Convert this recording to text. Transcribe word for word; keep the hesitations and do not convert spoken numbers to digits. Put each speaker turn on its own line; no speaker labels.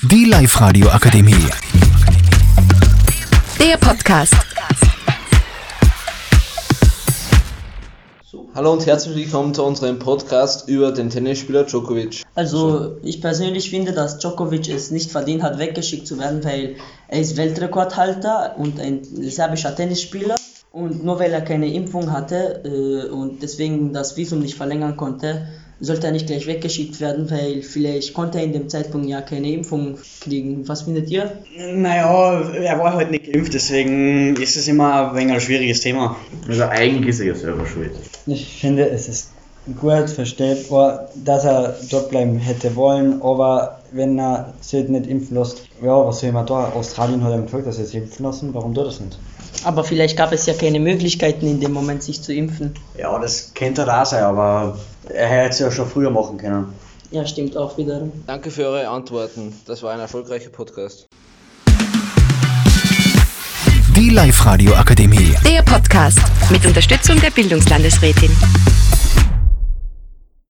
Die Live-Radio Akademie.
Der Podcast.
Hallo und herzlich willkommen zu unserem Podcast über den Tennisspieler Djokovic.
Also ich persönlich finde, dass Djokovic es nicht verdient hat, weggeschickt zu werden, weil er ist Weltrekordhalter und ein serbischer Tennisspieler. Und nur weil er keine Impfung hatte äh, und deswegen das Visum nicht verlängern konnte, sollte er nicht gleich weggeschickt werden, weil vielleicht konnte er in dem Zeitpunkt ja keine Impfung kriegen. Was findet ihr?
Naja, er war halt nicht geimpft, deswegen ist es immer ein wenig ein schwieriges Thema.
Also eigentlich ist er ja selber schuld.
Ich finde, es ist gut verstellbar, dass er dort bleiben hätte wollen, aber wenn er sich nicht impfen lässt, ja, was soll man da? Australien hat ihm gesagt, dass er sich impfen lassen, warum tut er das nicht?
Aber vielleicht gab es ja keine Möglichkeiten in dem Moment, sich zu impfen.
Ja, das könnte da sein, aber er hätte es ja schon früher machen können.
Ja, stimmt auch wiederum.
Danke für eure Antworten. Das war ein erfolgreicher Podcast.
Die Live-Radio Akademie.
Der Podcast mit Unterstützung der Bildungslandesrätin.